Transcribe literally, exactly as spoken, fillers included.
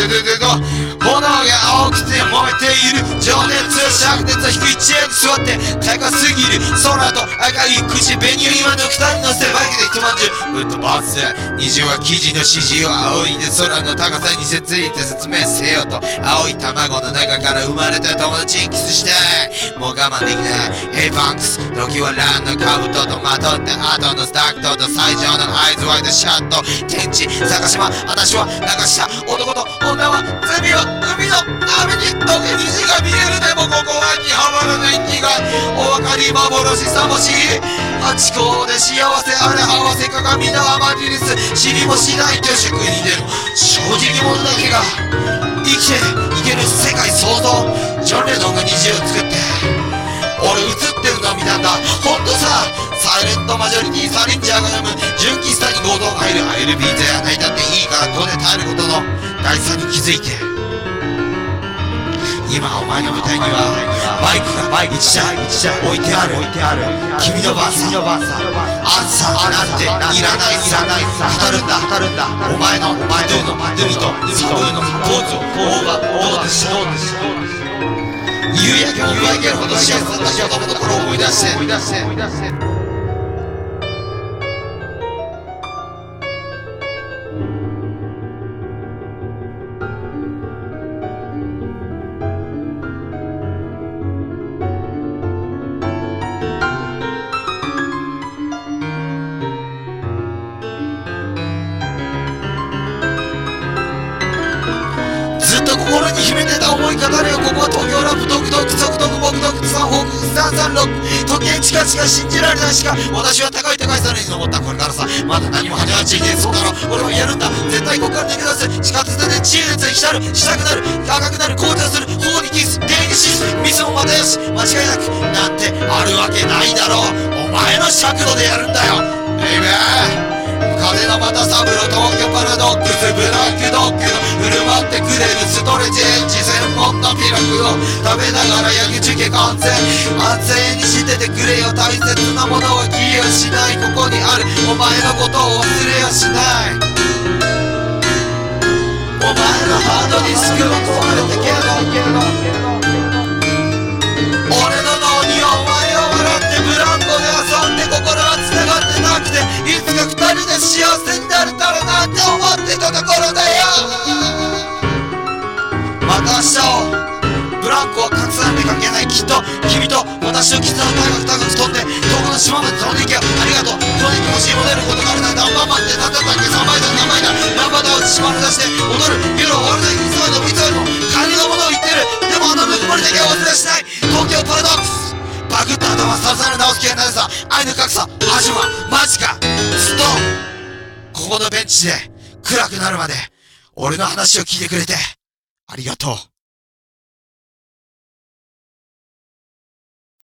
ドゥドゥド炎が青くて燃えている情熱灼熱は低いチェアに座って高すぎる空と赤い口紅を今の二人乗せバイクで一まんじゅうぶっ飛ばす虹は生地の指示を仰いで空の高さについて説明せよと青い卵の中から生まれた友達にキスしたいもう我慢できないヘイパンクス時はランの兜とまとって後のスタックと最上の合図ワイドシャット天地坂島私は流した男と女は罪を海の波に溶け虹が見えるでもここは秋葉原の息がお分かり幻さもしハチ公で幸せあれ合わせ鏡のアマリリス知りもしない魚宿に出る正直者だけが生きていける世界創造ジョン・レノンが虹を作って俺映ってるの見たんだほんとさサイレントマジョリティサリンジャーが読む純喫茶に合同が入る アイエルビー ゼやないだっていいからここで耐えることの大差に気づいて今お前の舞台にはバイクがバイクいち台置いてある君のばあさんアンサーなんていらないいらない語るんだ語るんだお前のお前のドゥミとサブーのポーズをオーバーどうでしょう夕焼けを奪いけるほど幸せだった子供の頃を思い出して思い出して思い出して心に秘めてた思い語れよここは東京ラップドクドクゾクドクボクドクさん報告さんさんろく時計チカチカ信じられないしか私は高い高いさらに登ったこれからさまだ何も始まっちゃいねえそうだろ俺はやるんだ絶対ここから逃げ出す地下鉄で地熱に浸るしたくなる赤くなる紅茶する頬にキス手にシスミスもまたよし間違いなくなんてあるわけないだろうお前の尺度でやるんだよベイベー風のまたサブロ東京パラドックスブラックドッグの振る舞ってくれるストレッチエンジ専門のピラフを食べながら焼き付け完全安静にしててくれよ大切なものは消えやしないここにあるお前のことを忘れやしないお前のハードディスクは壊れたけど俺の脳にはお前を笑ってブランコで遊んで心は繋がってなくていつか二人で幸せになれたらなんて思ってたところだよまた明日をブランコは隠さなきゃいけないきっと君と私の絆の高く高く飛んで遠くの島まで飛んでいけよありがとうこの気持ちに戻ることがあるなんてアンパンマンってなんだったっけさんばいだなまいだランバダを島に出して踊る夜終わるのにいつまでもいつまでも金のものを言ってるでもあのぬくもりだけは忘れしない東京パラドックスバグった頭さらさら直す気がないさ愛の格差味はマジかずっとここのベンチで暗くなるまで俺の話を聞いてくれてありがとう。